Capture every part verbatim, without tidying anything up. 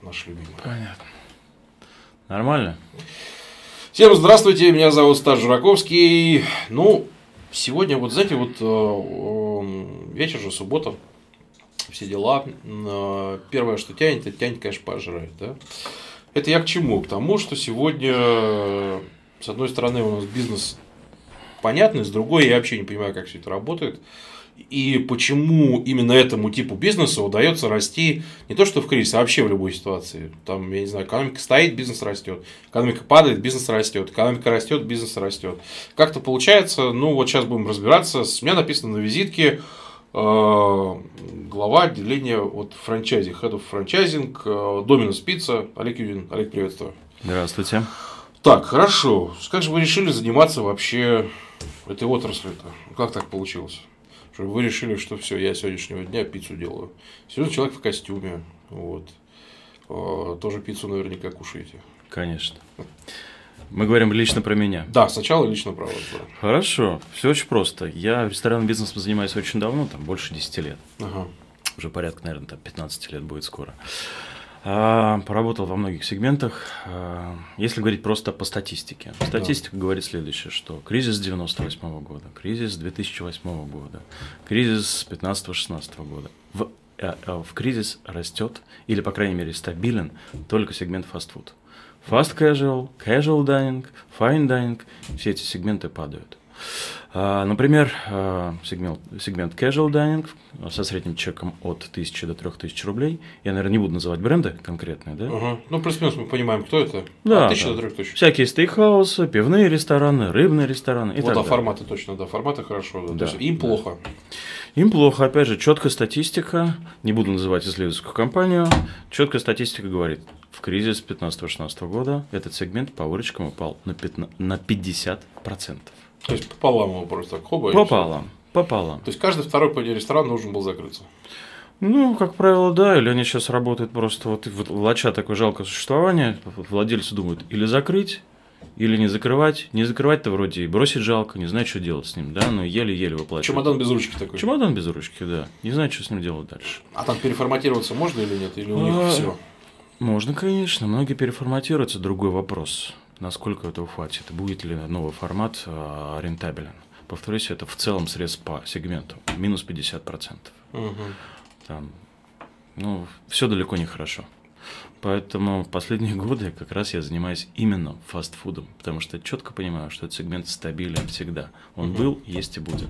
наш любимый. Понятно. Нормально? Всем здравствуйте, меня зовут Стас Жураковский. Ну, сегодня, вот знаете, вот вечер же, суббота, все дела. Первое, что тянет, это тянет, конечно, пожрать, да? Это я к чему? К тому, что сегодня, с одной стороны, у нас бизнес понятный, с другой, я вообще не понимаю, как все это работает. И почему именно этому типу бизнеса удается расти не то что в кризисе, а вообще в любой ситуации. Там, я не знаю, экономика стоит, бизнес растет. Экономика падает, бизнес растет. Экономика растет, бизнес растет. Как-то получается, ну вот сейчас будем разбираться. У меня написано на визитке э, глава отделения вот, франчайзинг, head of franchising, э, Domino's Pizza, Олег Юдин. Олег, приветствую. Здравствуйте. Так, хорошо. Как же вы решили заниматься вообще этой отраслью-то? Как так получилось? Что вы решили, что все, я с сегодняшнего дня пиццу делаю. Сегодня человек в костюме. Вот. Тоже пиццу наверняка кушаете. Конечно. Мы говорим лично про меня. Да, сначала лично про вас. Да. Хорошо. Все очень просто. Я ресторанным бизнесом занимаюсь очень давно, там больше десяти лет. Ага. Уже порядка, наверное, там пятнадцать лет будет скоро. А, поработал во многих сегментах. А, если говорить просто по статистике. Статистика да. говорит следующее, что кризис девяносто восьмого года, кризис две тысячи восьмого года, кризис пятнадцатого-шестнадцатого года. В, а, в кризис растет, или, по крайней мере, стабилен только сегмент фастфуд. Fast casual, casual dining, fine dining, все эти сегменты падают. Например, сегмент, сегмент casual dining со средним чеком от тысячи до трёх тысяч рублей. Я, наверное, не буду называть бренды конкретные, да? Угу. Ну, плюс-минус мы понимаем, кто это. Да, от тысячи да. до трёх тысяч. Всякие стейкхаусы, пивные рестораны, рыбные рестораны и вот, так а далее. форматы точно, да, форматы хорошо. Да. Да, То есть им да. плохо. Им плохо, опять же, четкая статистика, не буду называть исследовательскую компанию, четкая статистика говорит, в кризис пятнадцатого-шестнадцатого года этот сегмент по выручкам упал на, пятнадцать, на пятьдесят процентов. То есть пополам его просто так хоба. Пополам, пополам. То есть каждый второй ресторан должен был закрыться. Ну, как правило, да, или они сейчас работают просто вот влача такое жалкое существование, владельцы думают или закрыть, или не закрывать. Не закрывать-то вроде и бросить жалко, не знать, что делать с ним, да, но еле-еле выплачивать. Чемодан без ручки такой. Чемодан без ручки, да, не знать, что с ним делать дальше. А там переформатироваться можно или нет, или у них а, все? Можно, конечно, многие переформатируются, другой вопрос. Насколько этого хватит? Будет ли новый формат а, рентабелен? Повторюсь, это в целом срез по сегменту. Минус пятьдесят процентов. Угу. Там, ну, все далеко не хорошо. Поэтому в последние годы как раз я занимаюсь именно фастфудом. Потому что я четко понимаю, что этот сегмент стабилен всегда. Он угу. был, есть и будет.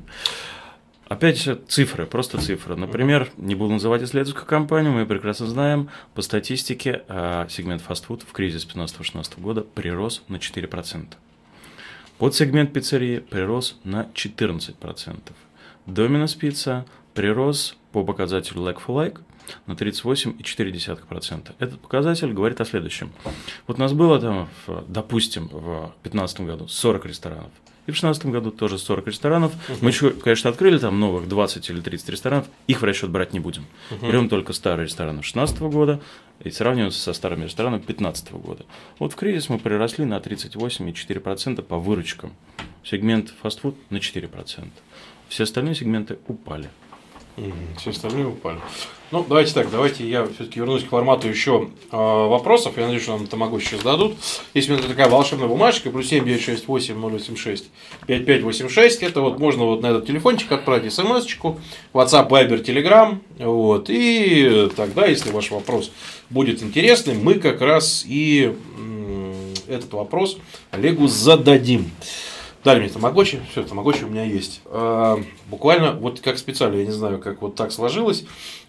Опять же, цифры, просто цифры. Например, не буду называть исследовательскую компанию, мы прекрасно знаем, по статистике сегмент фастфуд в кризис пятнадцатого-шестнадцатого года прирос на четыре процента. Подсегмент пиццерии прирос на четырнадцать процентов. Domino's Pizza прирос по показателю like for like на тридцать восемь целых четыре десятых процента. Этот показатель говорит о следующем. Вот у нас было там, допустим, в две тысячи пятнадцатом году сорок ресторанов. И в две тысячи шестнадцатом году тоже сорок ресторанов. Uh-huh. Мы еще, конечно, открыли там новых двадцать или тридцать ресторанов. Их в расчет брать не будем. Uh-huh. Берем только старые рестораны две тысячи шестнадцатого года и сравниваем со старыми ресторанами две тысячи пятнадцатого года. Вот в кризис мы приросли на тридцать восемь целых четыре десятых процента по выручкам. Сегмент фастфуд на четыре процента. Все остальные сегменты упали. Угу, все остальные упали. Ну, давайте так, давайте я все-таки вернусь к формату еще э, вопросов. Я надеюсь, что нам Тамагочи сейчас дадут. Есть у меня такая волшебная бумажка, плюс семь девять шесть восемь ноль восемь шесть пять пять восемь шесть. Это вот можно вот на этот телефончик отправить смс-очку, WhatsApp, Viber, Telegram. Вот, и тогда, если ваш вопрос будет интересным, мы как раз и м- этот вопрос Олегу зададим. Дали мне тамагочи, все, тамагочи у меня есть. А, буквально, вот как специально, я не знаю, как вот так сложилось,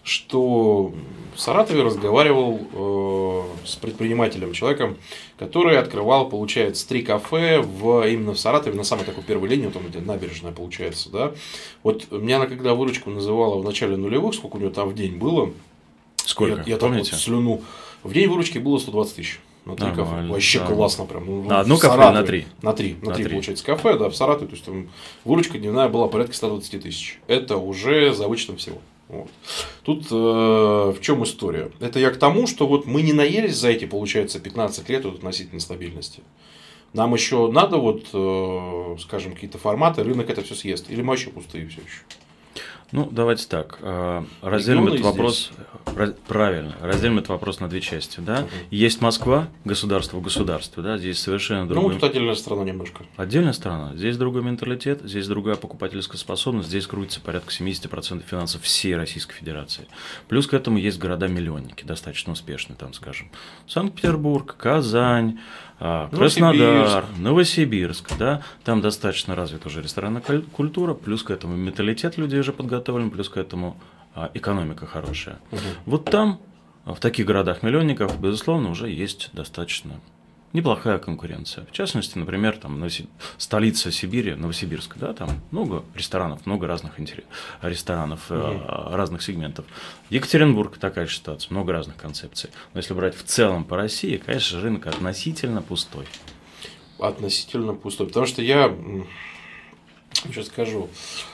что в Саратове разговаривал э, с предпринимателем, человеком, который открывал, получается, три кафе в, именно в Саратове, на самой такой первой линии, вот там где набережная получается, да. Вот меня она когда выручку называла в начале нулевых, сколько у него там в день было. Сколько? Я, я так вот слюну. В день выручки было сто двадцать тысяч. На три кафе. Вообще да. классно прям. Ну, на одно кафе на три? На три. На, на три, три, получается, кафе, да, в Саратове. То есть, там выручка дневная была порядка ста двадцати тысяч. Это уже за вычетом всего. Вот. Тут э, в чем история? Это я к тому, что вот мы не наелись за эти, получается, пятнадцать лет вот, относительно стабильности. Нам еще надо, вот, э, скажем, какие-то форматы, рынок это все съест. Или мы вообще пустые все еще? Ну, давайте так. э, Разделим Регионы этот вопрос, раз- правильно, разделим этот вопрос на две части, да. Мгм. Есть Москва, государство в государстве, да, здесь совершенно Ну, мы другой... тут отдельная страна немножко. Отдельная страна, здесь другой менталитет, здесь другая покупательская способность, здесь крутится порядка семьдесят процентов финансов всей Российской Федерации. Плюс к этому есть города-миллионники, достаточно успешные, там, скажем, Санкт-Петербург, Казань, а, Краснодар, Новосибирск, да, там достаточно развита уже ресторанная куль- культура, плюс к этому менталитет людей уже подготовлен, плюс к этому а, экономика хорошая. Мгм. Вот там, а, в таких городах-миллионников, безусловно, уже есть достаточно неплохая конкуренция. В частности, например, там Новоси- столица Сибири, Новосибирск, да, там много ресторанов, много разных интерес... ресторанов, э, разных сегментов. Екатеринбург такая же ситуация, много разных концепций. Но если брать в целом по России, конечно, рынок относительно пустой. Относительно пустой. Потому что я, м, сейчас скажу,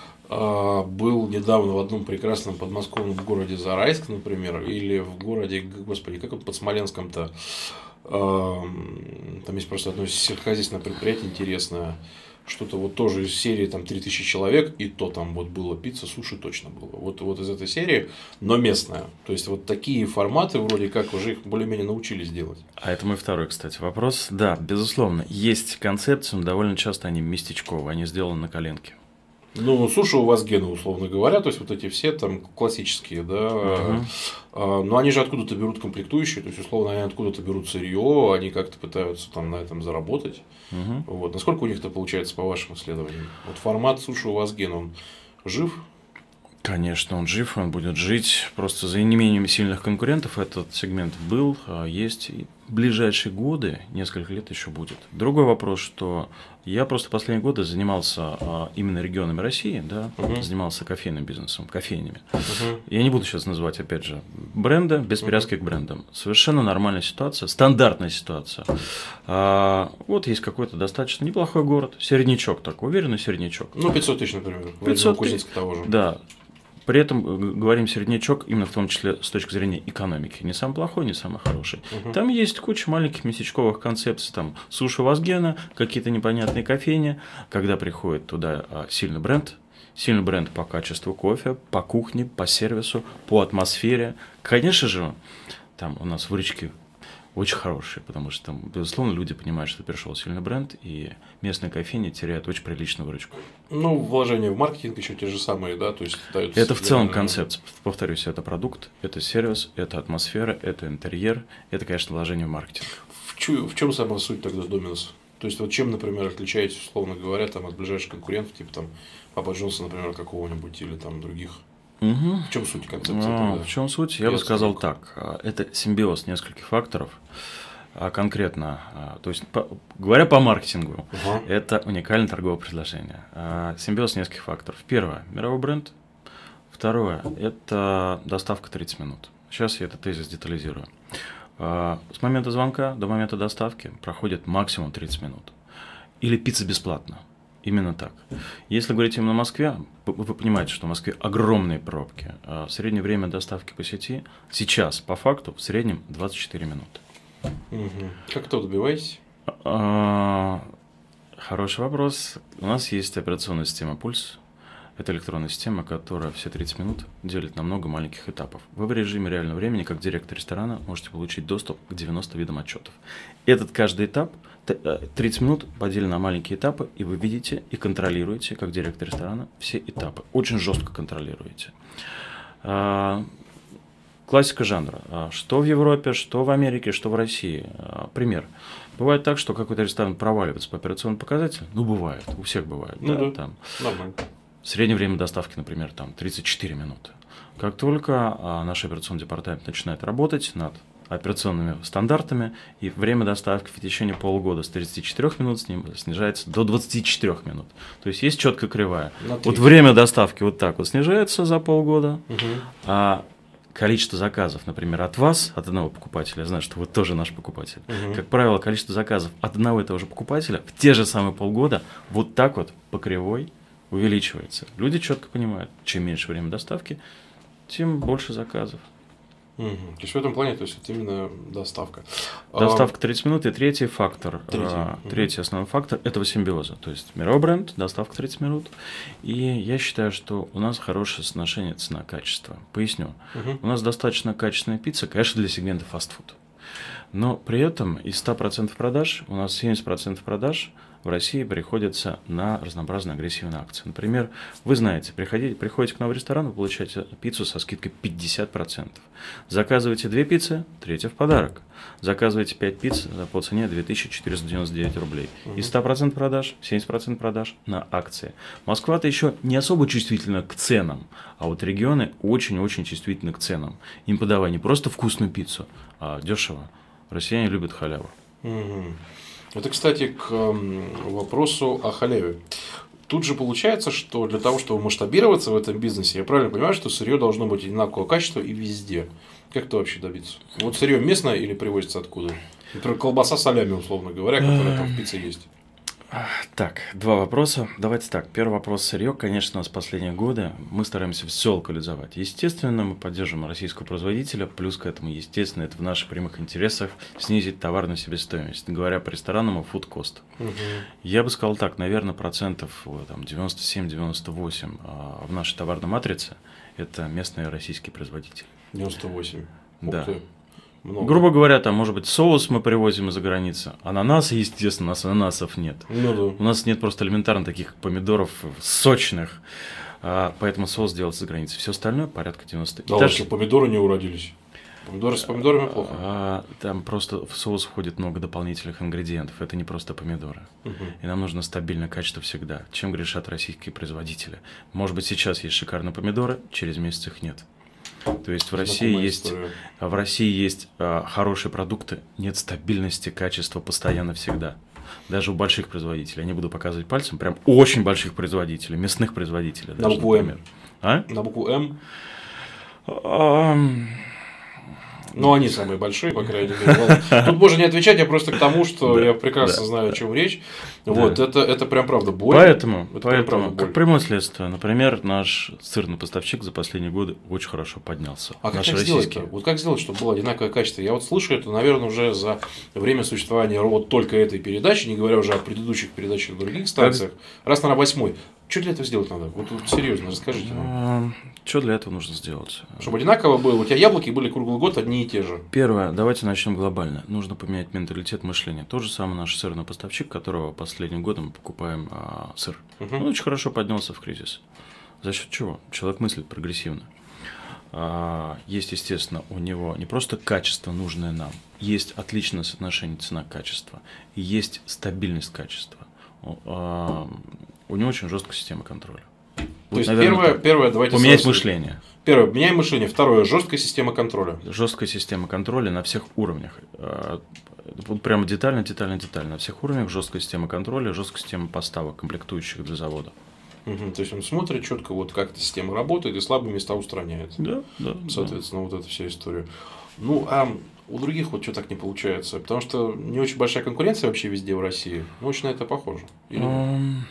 а, был недавно в одном прекрасном подмосковном городе Зарайск, например, или в городе, господи, как он, под Смоленском-то. А, м, Там есть просто одно сельскохозяйственное предприятие интересное. Что-то вот тоже из серии там три тысячи человек, и то там вот было пицца, суши точно было. Вот, вот из этой серии, но местная. То есть, вот такие форматы вроде как уже их более-менее научились делать. А это мой второй, кстати, вопрос. Да, безусловно, есть концепции, но довольно часто они местечковые, они сделаны на коленке. Ну, суши у вас гены, условно говоря, то есть, вот эти все там классические, да, Мгм. а, но они же откуда-то берут комплектующие, то есть, условно, они откуда-то берут сырье, они как-то пытаются там на этом заработать. Мгм. Вот. Насколько у них это получается по вашим исследованиям? Вот формат суши у вас ген, он жив? Конечно, он жив, он будет жить. Просто за неимением сильных конкурентов этот сегмент был, а, есть и в ближайшие годы, несколько лет еще будет. Другой вопрос, что я просто последние годы занимался а, именно регионами России, да, Мгм. занимался кофейным бизнесом, кофейнями. Мгм. Я не буду сейчас называть, опять же, бренды, без привязки к брендам. Совершенно нормальная ситуация, стандартная ситуация. А, вот есть какой-то достаточно неплохой город, середнячок такой, уверенный середнячок. Ну, пятьсот тысяч, например, пятьсот Кузнецка того же. Да. При этом э, говорим середнячок именно в том числе с точки зрения экономики. Не самый плохой, не самый хороший. Мгм. Там есть куча маленьких местечковых концепций. Там суши Вазгена, какие-то непонятные кофейни. Когда приходит туда а, сильный бренд, сильный бренд по качеству кофе, по кухне, по сервису, по атмосфере. Конечно же, там у нас выручки очень хорошие, потому что там, безусловно, люди понимают, что пришел сильный бренд, и местные кофейни теряют очень приличную выручку. Ну, вложения в маркетинг еще те же самые, да, то есть дают Это в целом реально- концепция. Повторюсь, это продукт, это сервис, это атмосфера, это интерьер, это, конечно, вложение в маркетинг. В, чу- в чем самая суть тогда Доминос? То есть, вот чем, например, отличаетесь, условно говоря, там, от ближайших конкурентов, типа там Папа Джонса, например, какого-нибудь, или там других? Мгм. В чем суть концепции А, тогда? в чем суть? Я бы Без сказал рук. так. а, Это симбиоз нескольких факторов. А конкретно, а, то есть, по- говоря по маркетингу, Ага. это уникальное торговое предложение. А, Симбиоз нескольких факторов. Первое – мировой бренд. Второе – это доставка тридцать минут. Сейчас я этот тезис детализирую. А, С момента звонка до момента доставки проходит максимум тридцать минут. Или пицца бесплатно. Именно так. Если говорить именно о Москве, вы вы понимаете, что в Москве огромные пробки. А Среднее время доставки по сети сейчас, по факту, в среднем двадцать четыре минуты. Мгм. Как это добиваетесь? А, Хороший вопрос. У нас есть операционная система «Пульс». Это электронная система, которая все тридцать минут делит на много маленьких этапов. Вы в режиме реального времени, как директор ресторана, можете получить доступ к девяноста видам отчетов. Этот каждый этап, т- э, тридцать минут поделен на маленькие этапы, и вы видите и контролируете, как директор ресторана, все этапы. Очень жестко контролируете. А, Классика жанра. А, Что в Европе, что в Америке, что в России. А, Пример. Бывает так, что какой-то ресторан проваливается по операционному показателю. Ну, бывает. У всех бывает. Ну да, да. Там. Нормально. Среднее время доставки, например, там тридцать четыре минуты. Как только а, наш операционный департамент начинает работать над операционными стандартами, и время доставки в течение полугода с тридцати четырёх минут с ним снижается до двадцати четырёх минут. То есть есть четкая кривая. На Вот тридцать. время доставки вот так вот снижается за полгода, Мгм. а количество заказов, например, от вас, от одного покупателя, я знаю, что вы тоже наш покупатель, Мгм. как правило, количество заказов от одного и того же покупателя в те же самые полгода вот так вот по кривой увеличивается. Люди четко понимают, чем меньше время доставки, тем больше заказов. Угу. То есть в этом плане, то есть это именно доставка. Доставка тридцать минут. И третий фактор, Третий, а, угу. третий основной фактор – этого симбиоза. То есть мировой бренд, доставка тридцать минут. И я считаю, что у нас хорошее соотношение цена-качество. Поясню. Угу. У нас достаточно качественная пицца, конечно, для сегмента фастфуд. Но при этом из ста процентов продаж у нас семьдесят процентов продаж в России приходится на разнообразные агрессивные акции. Например, вы знаете, приходите, приходите к нам в ресторан, вы получаете пиццу со скидкой пятьдесят процентов. Заказываете две пиццы, третья в подарок. Заказываете пять пицц по цене две тысячи четыреста девяносто девять рублей. Из ста процентов продаж семьдесят процентов продаж на акции. Москва-то еще не особо чувствительна к ценам, а вот регионы очень-очень чувствительны к ценам. Им подавай не просто вкусную пиццу, а дешево. Россияне любят халяву. Угу. Это, кстати, к вопросу о халяве. Тут же получается, что для того, чтобы масштабироваться в этом бизнесе, я правильно понимаю, что сырье должно быть одинакового качества и везде. Как это вообще добиться? Вот сырье местное или привозится откуда? Например, колбаса салями, условно говоря, которая там в пицце есть. Так, два вопроса. Давайте так. Первый вопрос сырье. Конечно, у нас последние годы мы стараемся все локализовать. Естественно, мы поддерживаем российского производителя. Плюс к этому, естественно, это в наших прямых интересах снизить товарную себестоимость. Говоря по ресторанам, food cost. Угу. Я бы сказал так, наверное, процентов там, девяносто семь - девяносто восемь а, в нашей товарной матрице это местные российские производители. девяносто восемь. Да. Много. Грубо говоря, там, может быть, соус мы привозим из-за границы. Ананасы, естественно, у нас ананасов нет. Ну, да. У нас нет просто элементарно таких помидоров сочных. А, поэтому соус делается за границей. Все остальное порядка девяносто. Да, даже помидоры не уродились. Помидоры с помидорами плохо. А, там просто в соус входит много дополнительных ингредиентов. Это не просто помидоры. Угу. И нам нужно стабильное качество всегда. Чем грешат российские производители? Может быть, сейчас есть шикарные помидоры, через месяц их нет. То есть в России есть, в России есть а, хорошие продукты, нет стабильности качества постоянно всегда. Даже у больших производителей. Я не буду показывать пальцем, прям очень больших производителей, мясных производителей. На даже, букву например. М. А? На букву М. А, Ну, они самые большие, по крайней мере. Тут можно не отвечать, я просто к тому, что Да, я прекрасно да, знаю, да. о чем речь. Да. Вот, это, это прям правда больно. Поэтому, Это прям правда поэтому как боль. прямое следствие, например, наш сырный поставщик за последние годы очень хорошо поднялся. А как, Наш как российский. сделать-то? Вот как сделать, чтобы было одинаковое качество? Я вот слышу это, наверное, уже за время существования вот только этой передачи, не говоря уже о предыдущих передачах в других станциях. Раз, наверное, восьмой. Что для этого сделать надо? Вот, вот серьезно, расскажите нам. Что для этого нужно сделать? Чтобы одинаково было. У тебя яблоки были круглый год одни и те же. Первое, давайте начнем глобально. Нужно поменять менталитет мышления. Тот же самый наш сырный поставщик, которого последним годом мы покупаем а, сыр. Угу. Он очень хорошо поднялся в кризис. За счет чего? Человек мыслит прогрессивно. А, есть, естественно, у него не просто качество, нужное нам, есть отличное соотношение цена-качество, и есть стабильность качества. А, у него очень жесткая система контроля. То Вот, есть, наверное, первое, так. первое, давайте Поменять сразу- мышление. Первое, меняем мышление. Второе, жесткая система контроля. Жесткая система контроля на всех уровнях. А, Вот прямо детально, детально, детально. На всех уровнях жесткая система контроля, жесткая система поставок, комплектующих для завода. Угу. То есть он смотрит четко, вот как эта система работает, и слабые места устраняет. Да, да. Соответственно, вот эта вся история. Ну, а у других вот что так не получается? Потому что не очень большая конкуренция вообще везде в России. Ну, очень на это похоже. Или нет? Ам,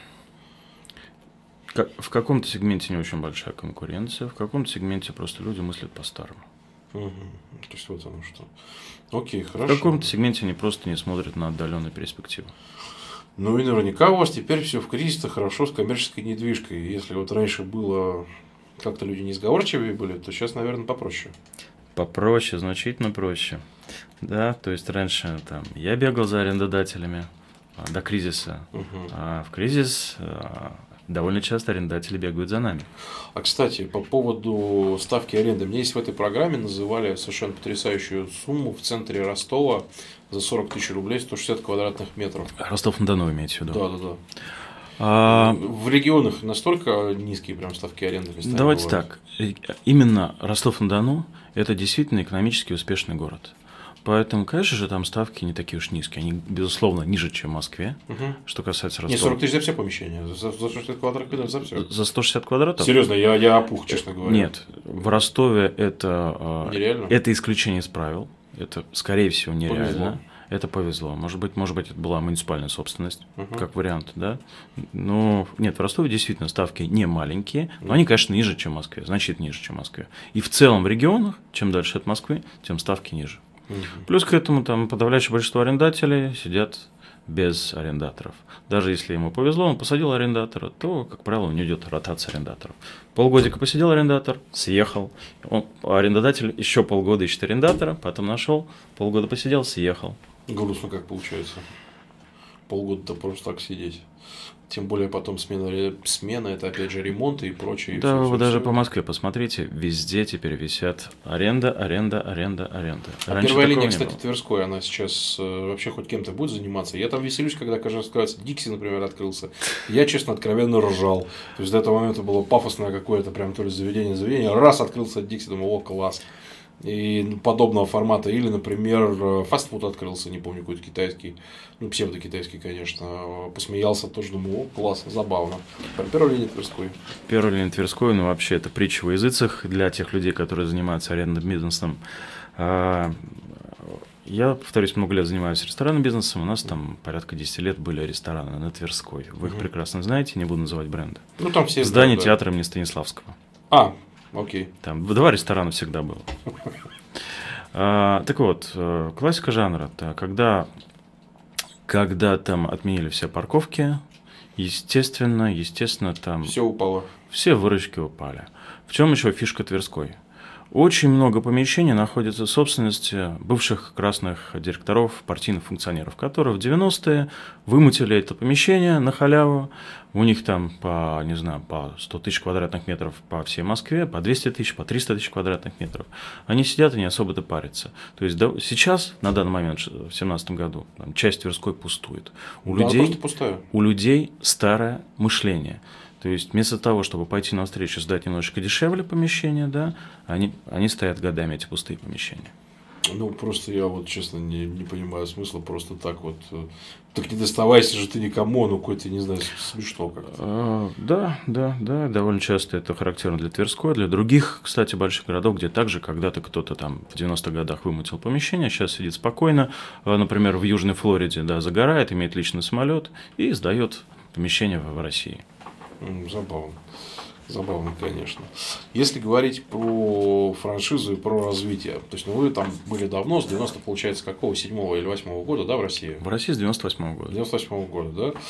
как- В каком-то сегменте не очень большая конкуренция, в каком-то сегменте просто люди мыслят по-старому. Мгм. То есть вот оно что. Окей, В хорошо. каком-то сегменте они просто не смотрят на отдаленную перспективу. Ну и наверняка у вас теперь все в кризисе хорошо с коммерческой недвижкой. Если вот раньше было как-то люди несговорчивее были, то сейчас, наверное, попроще. Попроще, значительно проще. Да, то есть раньше там я бегал за арендодателями а, до кризиса, Мгм. а в кризис а, довольно часто арендатели бегают за нами. А, кстати, по поводу ставки аренды. Мне есть в этой программе называли совершенно потрясающую сумму в центре Ростова за сорок тысяч рублей, сто шестьдесят квадратных метров. Ростов-на-Дону имеете в виду? Да, да, да. А, В регионах настолько низкие прям ставки аренды местами Давайте бывают? так. Э, Именно Ростов-на-Дону – это действительно экономически успешный город. Поэтому, конечно же, там ставки не такие уж низкие. Они, безусловно, ниже, чем в Москве. Мгм. Что касается Не, Ростова. сорок тысяч за все помещения. За, за сто шестьдесят квадратных метров за все. За сто шестьдесят квадратов? Серьезно, я, я опух, честно говоря. Нет. В Ростове это, а, Нереально? это исключение из правил. Это, скорее всего, нереально. Повезло. это повезло. Может быть, может быть, это была муниципальная собственность, uh-huh. как вариант, да. Но нет, в Ростове действительно ставки не маленькие, но uh-huh. они, конечно, ниже, чем в Москве, значительно ниже, чем в Москве. И в целом в регионах, чем дальше от Москвы, тем ставки ниже. Uh-huh. Плюс к этому там подавляющее большинство арендателей сидят без арендаторов. Даже если ему повезло, он посадил арендатора, то, как правило, у него идет ротация арендаторов. Полгодика посидел арендатор, съехал. Он, арендодатель еще полгода ищет арендатора, потом нашел, полгода посидел, съехал. Грустно как получается. Полгода-то просто так сидеть. Тем более потом смена, смена это опять же ремонт и прочее. Да, все, вы все, даже все. по Москве посмотрите, везде теперь висят аренда, аренда, аренда, аренда. А Раньше первая линия, такого не кстати, было. Тверской, она сейчас э, вообще хоть кем-то будет заниматься. Я там веселюсь, когда, кажется, открывается Дикси, например, открылся. Я, честно, откровенно ржал. То есть до этого момента было пафосное какое-то прям то ли заведение, заведение. Раз открылся Дикси, думаю, о, класс. И подобного формата. Или, например, фастфуд открылся, не помню, какой-то китайский, ну, псевдокитайский, конечно. Посмеялся тоже, думаю, о, класс, забавно. Первая линия Тверской. Первая линия Тверской, ну, вообще, это притча во языцах для тех людей, которые занимаются арендным бизнесом. Я, повторюсь, много лет занимаюсь ресторанным бизнесом. У нас там порядка десять лет были рестораны на Тверской. Вы их прекрасно знаете, не буду называть бренды. Ну, там все Здание знают, да. театра имени Станиславского. А, окей. Там два ресторана всегда было. А, так вот, классика жанра, когда, когда там отменили все парковки, естественно, естественно, там все упало. Все выручки упали. В чем еще фишка Тверской? Очень много помещений находится в собственности бывших красных директоров, партийных функционеров, которые в девяностые вымутили это помещение на халяву. У них там по, не знаю, по сто тысяч квадратных метров по всей Москве, по двести тысяч, по триста тысяч квадратных метров. Они сидят и не особо-то парятся. То есть да, сейчас, на данный момент, в две тысячи семнадцатом году, там, часть Тверской пустует. У, Да, людей, просто пустая. у людей старое мышление. То есть вместо того, чтобы пойти навстречу, сдать немножечко дешевле помещение, да, они, они стоят годами, эти пустые помещения. Ну, просто я вот, честно, не, не понимаю смысла просто так вот. Так не доставайся же ты никому, ну, какой-то, не знаю, смешно как-то. А, да, да, да, довольно часто это характерно для Тверской, для других, кстати, больших городов, где также когда-то кто-то там в девяностых годах вымутил помещение, сейчас сидит спокойно, например, в Южной Флориде, да, загорает, имеет личный самолет и сдает помещение в России. Забавно. Забавно, конечно. Если говорить про франшизу и про развитие, то есть, ну, вы там были давно, с девяностого, получается, какого, седьмого или восьмого года, да, в России? В России с девяносто восьмого года. девяносто восьмого года, да.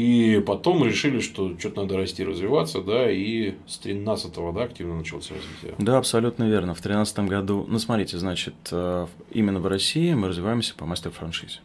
И потом решили, что что-то надо расти, развиваться, да, и с тринадцатого, да, активно началось развитие. Да, абсолютно верно. В тринадцатом году, ну, смотрите, значит, именно в России мы развиваемся по мастер-франшизе.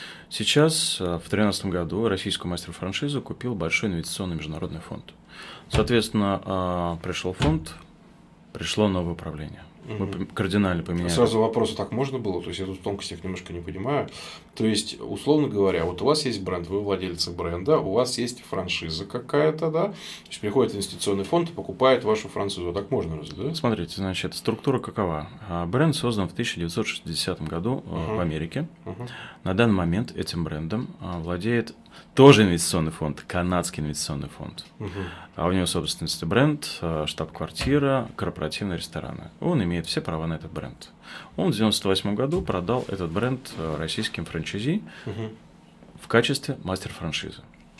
Сейчас, в тринадцатом году, российскую мастер-франшизу купил большой инвестиционный международный фонд. Соответственно, пришел фонд, пришло новое управление. Мы угу. кардинально поменяли. Сразу вопрос, а так можно было? То есть, я тут в тонкостях немножко не понимаю. То есть, условно говоря, вот у вас есть бренд, вы владельцы бренда, у вас есть франшиза какая-то, да? То есть, приходит инвестиционный фонд и покупает вашу франшизу. Так можно разве, да? Смотрите, значит, структура какова? Бренд создан в тысяча девятьсот шестидесятом году uh-huh. в Америке. Uh-huh. На данный момент этим брендом владеет тоже инвестиционный фонд, канадский инвестиционный фонд. Uh-huh. А у него собственности бренд, штаб-квартира, корпоративные рестораны. Он имеет все права на этот бренд. Он в девяносто восьмом году продал этот бренд российским франчайзи uh-huh. в качестве мастер-франшизы.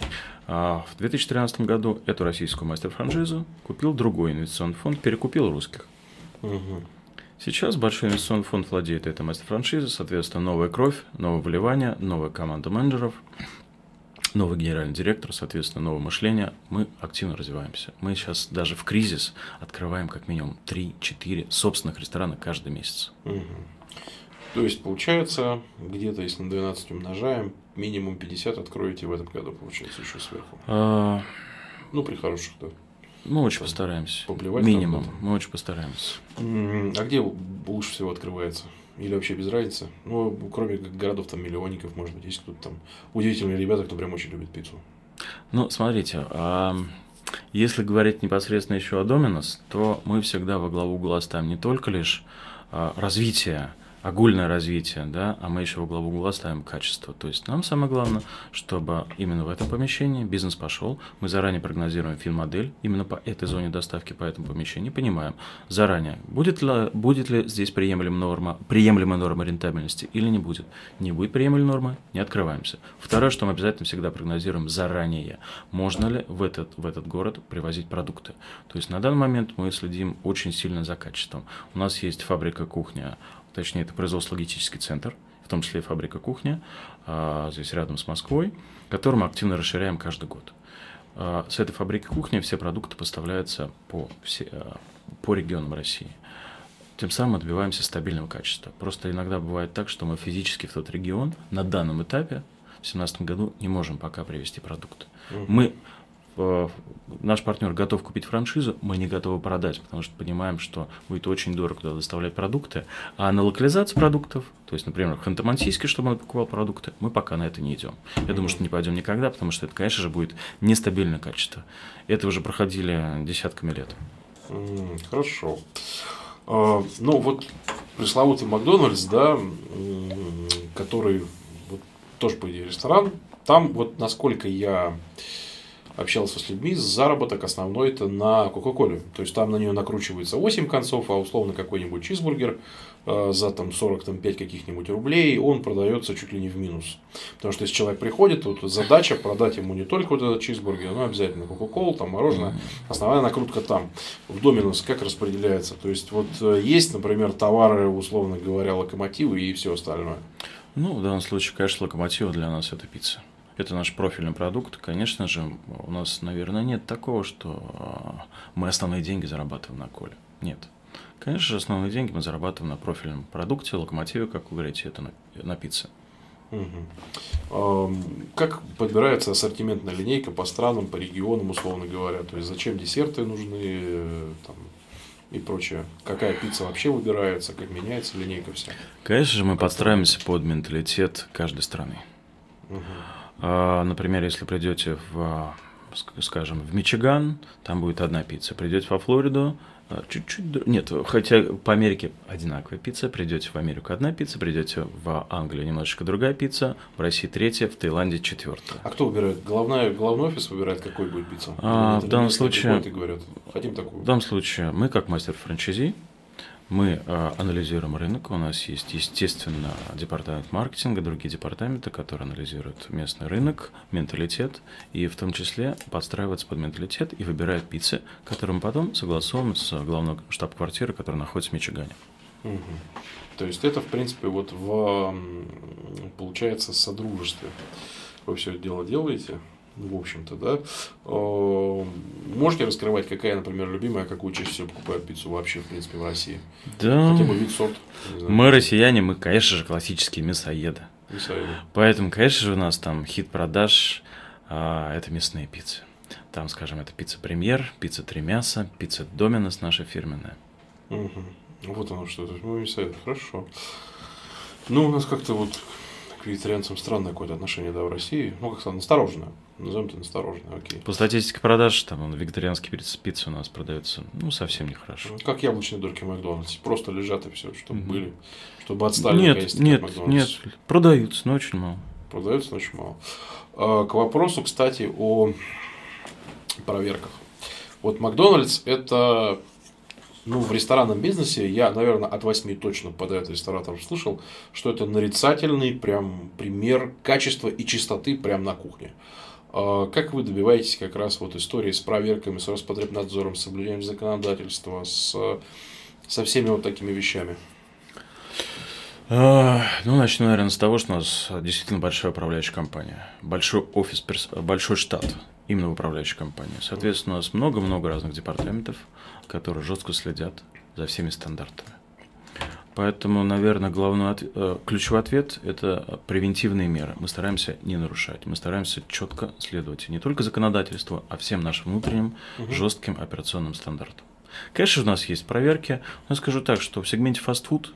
А в две тысячи тринадцатом году эту российскую мастер-франшизу купил другой инвестиционный фонд, перекупил русских. Uh-huh. Сейчас большой инвестиционный фонд владеет этой мастер-франшизой, соответственно, новая кровь, новое вливание, новая команда менеджеров, новый генеральный директор, соответственно, новое мышление. Мы активно развиваемся. Мы сейчас даже в кризис открываем как минимум три-четыре собственных ресторана каждый месяц. Угу. То есть, получается, где-то, если на двенадцать умножаем, минимум пятьдесят откроете в этом году, получается, еще сверху. А... Ну, при хороших, да. Мы очень там постараемся. Поплевать минимум. Мы очень постараемся. А где лучше всего открывается? Или вообще без разницы? Ну, кроме городов, там, миллионников, может быть, есть кто-то там удивительные ребята, кто прям очень любит пиццу. Ну, смотрите, а если говорить непосредственно еще о Доминос, то мы всегда во главу угла ставим не только лишь а, развитие огульное развитие, да, а мы еще во главу угла ставим качество. То есть нам самое главное, чтобы именно в этом помещении бизнес пошел, мы заранее прогнозируем финмодель именно по этой зоне доставки, по этому помещению, понимаем заранее, будет ли, будет ли здесь приемлемая норма, приемлемая норма рентабельности или не будет. Не будет приемлемой нормы, не открываемся. Второе, что мы обязательно всегда прогнозируем заранее, можно ли в этот, в этот город привозить продукты. То есть на данный момент мы следим очень сильно за качеством. У нас есть фабрика кухня, точнее, это производство-логистический центр, в том числе и фабрика кухня, здесь рядом с Москвой, который мы активно расширяем каждый год. С этой фабрики кухни все продукты поставляются по, все, по регионам России. Тем самым добиваемся стабильного качества. Просто иногда бывает так, что мы физически в тот регион на данном этапе в две тысячи семнадцатом году не можем пока привезти продукты. Mm-hmm. Мы Наш партнер готов купить франшизу, мы не готовы продать, потому что понимаем, что будет очень дорого туда доставлять продукты. А на локализацию продуктов, то есть, например, в Ханты-Мансийске, чтобы он покупал продукты, мы пока на это не идем. Я mm-hmm. думаю, что не пойдем никогда, потому что это, конечно же, будет нестабильное качество. Это уже проходили десятками лет. Mm, хорошо. Uh, ну, вот пресловутый Макдональдс, да, который вот, тоже, по идее, ресторан, там, вот насколько я общался с людьми, заработок основной это на Кока-Коле. То есть там на нее накручивается восемь концов, а условно какой-нибудь чизбургер э, за там, сорок пять каких-нибудь рублей, он продается чуть ли не в минус. Потому что если человек приходит, то вот задача продать ему не только вот этот чизбургер, но обязательно Кока-Колу, там мороженое. Основная накрутка там. В Доминос как распределяется? То есть вот есть, например, товары, условно говоря, локомотивы и все остальное. Ну, в данном случае, конечно, локомотив для нас это пицца. Это наш профильный продукт. Конечно же, у нас, наверное, нет такого, что мы основные деньги зарабатываем на коле. Нет. Конечно же, основные деньги мы зарабатываем на профильном продукте, локомотиве, как вы говорите, это на, на пицце. Угу. Как подбирается ассортиментная линейка по странам, по регионам, условно говоря? То есть, зачем десерты нужны там, и прочее? Какая пицца вообще выбирается? Как меняется линейка вся? Конечно же, мы подстраиваемся под менталитет каждой страны. Угу. Например, если придете в, скажем, в Мичиган, там будет одна пицца. Придете во Флориду, чуть-чуть... Нет, хотя по Америке одинаковая пицца. Придете в Америку одна пицца, придете в Англию немножечко другая пицца, в России третья, в Таиланде четвертая. А кто выбирает? Главная, главный офис выбирает, какой будет пицца? А, в данном случае... Говорят, хотим такую. В данном случае мы, как мастер франчайзи, мы э, анализируем рынок, у нас есть, естественно, департамент маркетинга, другие департаменты, которые анализируют местный рынок, менталитет, и в том числе подстраиваются под менталитет и выбирают пиццы, которые мы потом согласовываем с главной штаб-квартирой, которая находится в Мичигане. Угу. То есть это, в принципе, вот в, получается, содружестве вы все это дело делаете? В общем-то, да. Можете раскрывать, какая, например, любимая, какую чаще всего покупают пиццу вообще, в принципе, в России? Да. Хотя бы вид, сорт. Мы россияне, мы, конечно же, классические мясоеды. Мясоеды. Поэтому, конечно же, у нас там хит продаж а, – это мясные пиццы. Там, скажем, это пицца Премьер, пицца Три мяса, пицца Доминос наша фирменная. Угу. Вот оно что. То есть мы мясоеды. Хорошо. Ну, у нас как-то вот к вегетарианцам странное какое-то отношение, да, в России. Ну, как сказать, настороженное. Назовем это настороженное, окей. По статистике продаж, там, вегетарианские пиццы, пиццы у нас продаются, ну, совсем нехорошо. Как яблочные дорки в Макдональдсе. Просто лежат и все, чтобы mm-hmm. были, чтобы отстали. Нет, нет, нет, продаются, но очень мало. Продаются, но очень мало. А, к вопросу, кстати, о проверках. Вот Макдональдс это... Ну, в ресторанном бизнесе я, наверное, от восьми точно подряд рестораторов слышал, что это нарицательный прям пример качества и чистоты прям на кухне. Как вы добиваетесь как раз вот истории с проверками, с Роспотребнадзором, с соблюдением законодательства, с, со всеми вот такими вещами? Ну, начну, наверное, с того, что у нас действительно большая управляющая компания, большой офис, большой штат именно в управляющей компании. Соответственно, у нас много-много разных департаментов, которые жестко следят за всеми стандартами. Поэтому, наверное, главный ответ, ключевой ответ – это превентивные меры. Мы стараемся не нарушать, мы стараемся четко следовать не только законодательству, а всем нашим внутренним угу. жестким операционным стандартам. Конечно, у нас есть проверки, но скажу так, что в сегменте фастфуд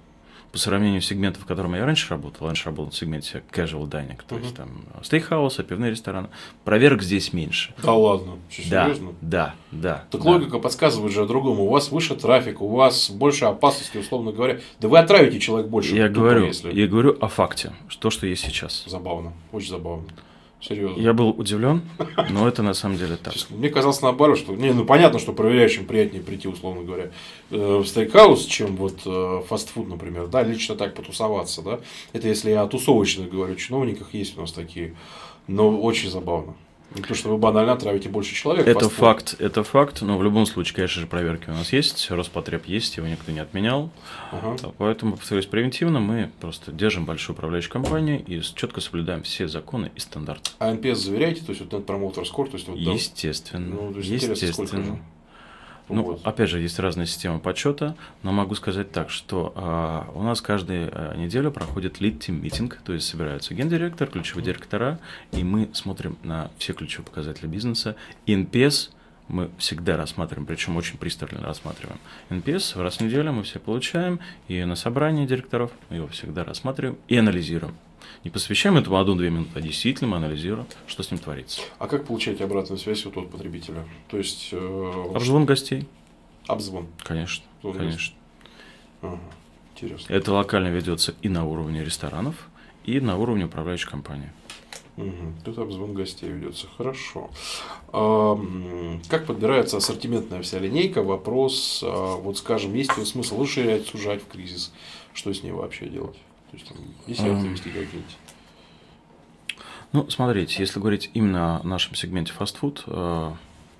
по сравнению с сегментом, в котором я раньше работал, раньше работал в сегменте casual dining, то uh-huh. есть там стейкхаусы, пивные рестораны, проверок здесь меньше. Да ладно, что, да, серьезно? Да, да. Так да. логика подсказывает же о другом. У вас выше трафик, у вас больше опасности, условно говоря. Да вы отравите человека больше. Я, тупо, говорю, если... я говорю о факте, то, что есть сейчас. Забавно, очень забавно. Серьезно. Я был удивлен, но это на самом деле так. Мне казалось наоборот, что не, ну понятно, что проверяющим приятнее прийти, условно говоря, в стейкхаус, чем вот фастфуд, например, да, лично так потусоваться, да. Это если я о тусовочных говорю, чиновниках есть у нас такие, но очень забавно. Не то, что вы банально отравите больше человек. Это фастфуд. факт, это факт, но в любом случае, конечно же, проверки у нас есть, Роспотреб есть, его никто не отменял, ага. Поэтому, повторюсь, превентивно мы просто держим большую управляющую компанию и четко соблюдаем все законы и стандарты. А эн пи эс заверяете, то есть вот Net Promoter Score, то есть вот естественно, ну, то есть естественно. Ну, вот. Опять же, есть разные системы подсчета, но могу сказать так, что а, у нас каждую а, неделю проходит lead team meeting, то есть собираются гендиректор, ключевые директора, и мы смотрим на все ключевые показатели бизнеса. эн пи эс мы всегда рассматриваем, причем очень пристально рассматриваем. эн пи эс раз в неделю мы все получаем, и на собрании директоров мы его всегда рассматриваем и анализируем. Не посвящаем этому одну-две минуты, а действительно мы анализируем, что с ним творится. А как получаете обратную связь вот от потребителя? То есть э, обзвон гостей. Обзвон. Конечно, Обзвон конечно. Ага, интересно. Это локально ведется и на уровне ресторанов, и на уровне управляющей компании. Угу. Тут обзвон гостей ведется. Хорошо. А, как подбирается ассортиментная вся линейка? Вопрос, а, вот скажем, есть ли смысл расширять, сужать в кризис? Что с ней вообще делать? То есть, там, есть ли вести какие-нибудь? Ну, смотрите, если говорить именно о нашем сегменте фастфуд, э,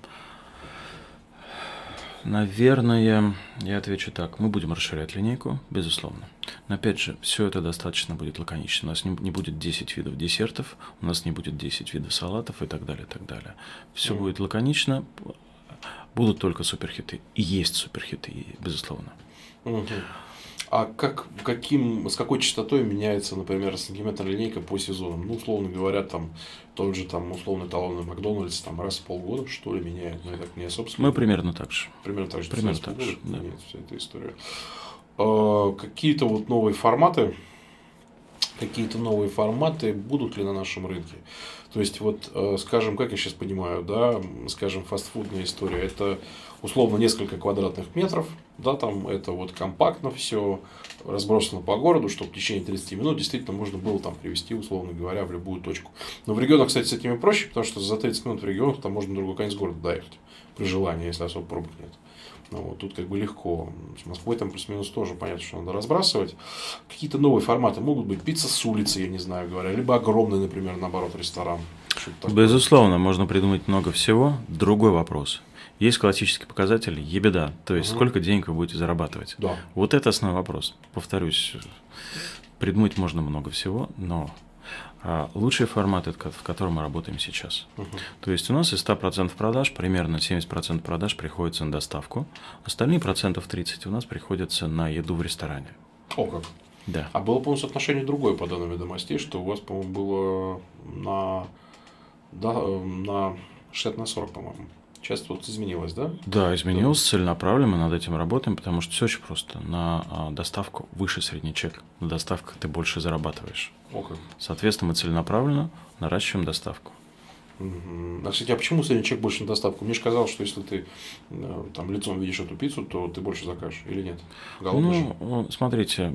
наверное, я отвечу так. Мы будем расширять линейку, безусловно. Но, опять же, все это достаточно будет лаконично. У нас не, не будет десять видов десертов, у нас не будет десять видов салатов и так далее, и так далее. Все mm. будет лаконично, будут только суперхиты. И есть суперхиты, безусловно. Mm-hmm. А как, каким, с какой частотой меняется, например, ассортиментная линейка по сезонам? Ну, условно говоря, там тот же там условный талонный Макдональдс там раз в полгода, что ли, меняет. Ну, я так не собственно. Мы примерно так же. Примерно так же. Примерно так же, да. Нет, вся эта история. А, какие-то вот новые форматы, какие-то новые форматы будут ли на нашем рынке? То есть, вот, скажем, как я сейчас понимаю, да, скажем, фастфудная история, это условно несколько квадратных метров, да, там это вот компактно все разбросано по городу, чтобы в течение тридцати минут действительно можно было там привезти, условно говоря, в любую точку. Но в регионах, кстати, с этим проще, потому что за тридцать минут в регионах там можно на другой конец города доехать, при желании, если особо пробок нет. Ну, вот, тут как бы легко. С Москвой там плюс-минус тоже понятно, что надо разбрасывать. Какие-то новые форматы могут быть. Пицца с улицы, я не знаю, говоря. Либо огромный, например, наоборот, ресторан. Безусловно, можно придумать много всего. Другой вопрос. Есть классический показатель ебеда, то есть угу. сколько денег вы будете зарабатывать. Да. Вот это основной вопрос. Повторюсь, придумать можно много всего, но а, лучший формат, в котором мы работаем сейчас. Угу. То есть у нас из ста процентов продаж примерно семьдесят процентов продаж приходится на доставку, остальные процентов тридцать у нас приходится на еду в ресторане. О как. Да. А было, по-моему, соотношение другое по данным ведомостей, что у вас, по-моему, было на, да, на шестьдесят на сорок, по-моему. Сейчас вот изменилось, да? Да, изменилось, целенаправленно, мы над этим работаем, потому что все очень просто. На а, доставку выше средний чек, на доставках ты больше зарабатываешь. О, как. Соответственно, мы целенаправленно наращиваем доставку. Угу. А, кстати, а почему средний чек больше на доставку? Мне же казалось, что если ты там лицом видишь эту пиццу, то ты больше закажешь, или нет? Голодный ну, же? Смотрите,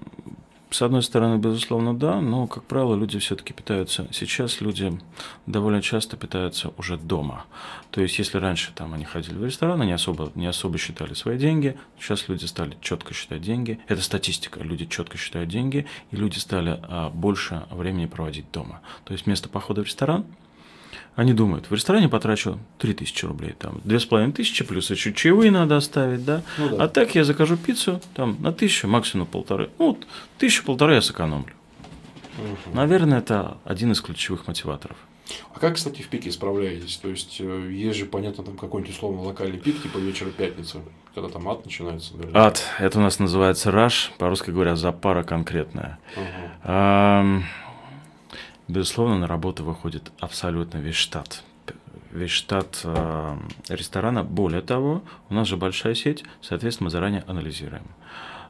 с одной стороны, безусловно, да, но, как правило, люди все-таки питаются. Сейчас люди довольно часто питаются уже дома. То есть, если раньше там они ходили в ресторан, они особо, не особо считали свои деньги, сейчас люди стали четко считать деньги. Это статистика. Люди четко считают деньги, и люди стали а, больше времени проводить дома. То есть, вместо похода в ресторан, они думают, в ресторане потрачу три тысячи рублей, там, две с половиной тысячи, плюс еще чаевые надо оставить, да? Ну, да. А так я закажу пиццу там, на тысячу, максимум полторы. Ну, вот, тысячу-полторы я сэкономлю. Угу. Наверное, это один из ключевых мотиваторов. А как, кстати, в пике справляетесь? То есть, есть же, понятно, там какой-нибудь условно локальный пик, типа вечера пятницы, когда там ад начинается. Наверное. Ад. Это у нас называется раш, по-русски говоря, запара конкретная. Угу. А- Безусловно, на работу выходит абсолютно весь штат. Весь штат э, ресторана. Более того, у нас же большая сеть, соответственно, мы заранее анализируем.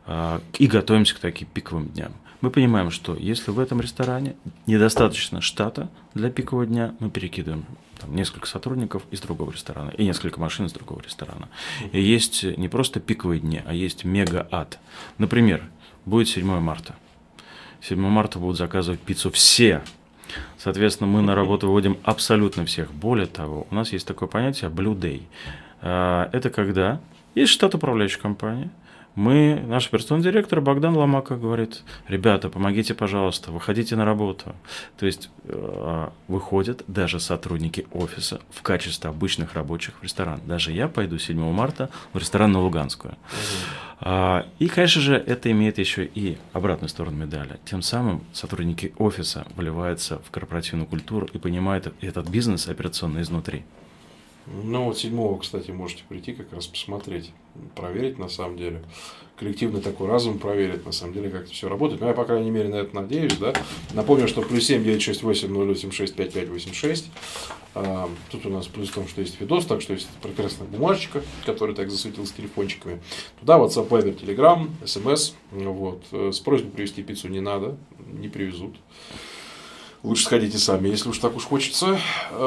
и готовимся к таким пиковым дням. Мы понимаем, что если в этом ресторане недостаточно штата для пикового дня, мы перекидываем там несколько сотрудников из другого ресторана и несколько машин из другого ресторана. И есть не просто пиковые дни, а есть мега-ад. Например, будет седьмое марта. седьмое марта будут заказывать пиццу все. Соответственно, мы на работу выводим абсолютно всех. Более того, у нас есть такое понятие Blue Day. Это когда есть штат управляющей компании. Мы, наш операционный директор Богдан Ломака говорит: ребята, помогите, пожалуйста, выходите на работу. То есть э, выходят даже сотрудники офиса в качестве обычных рабочих в ресторан. Даже я пойду седьмого марта в ресторан на Луганскую. Mm-hmm. А, и, конечно же, это имеет еще и обратную сторону медали. Тем самым сотрудники офиса вливаются в корпоративную культуру и понимают этот бизнес операционно изнутри. Ну, вот седьмого, кстати, можете прийти как раз посмотреть, проверить на самом деле. Коллективный такой разум проверить, на самом деле, как это все работает. Ну, я, по крайней мере, на это надеюсь, да. Напомню, что плюс семь девять шесть восемь ноль восемь шесть пять пять восемь шесть. А, тут у нас плюс в том, что есть видос, так что есть прекрасная бумажечка, которая так засветилась телефончиками. Туда WhatsApp, Viber, Telegram, эс эм эс. Вот. С просьбой привезти пиццу не надо, не привезут. Лучше сходите сами, если уж так уж хочется.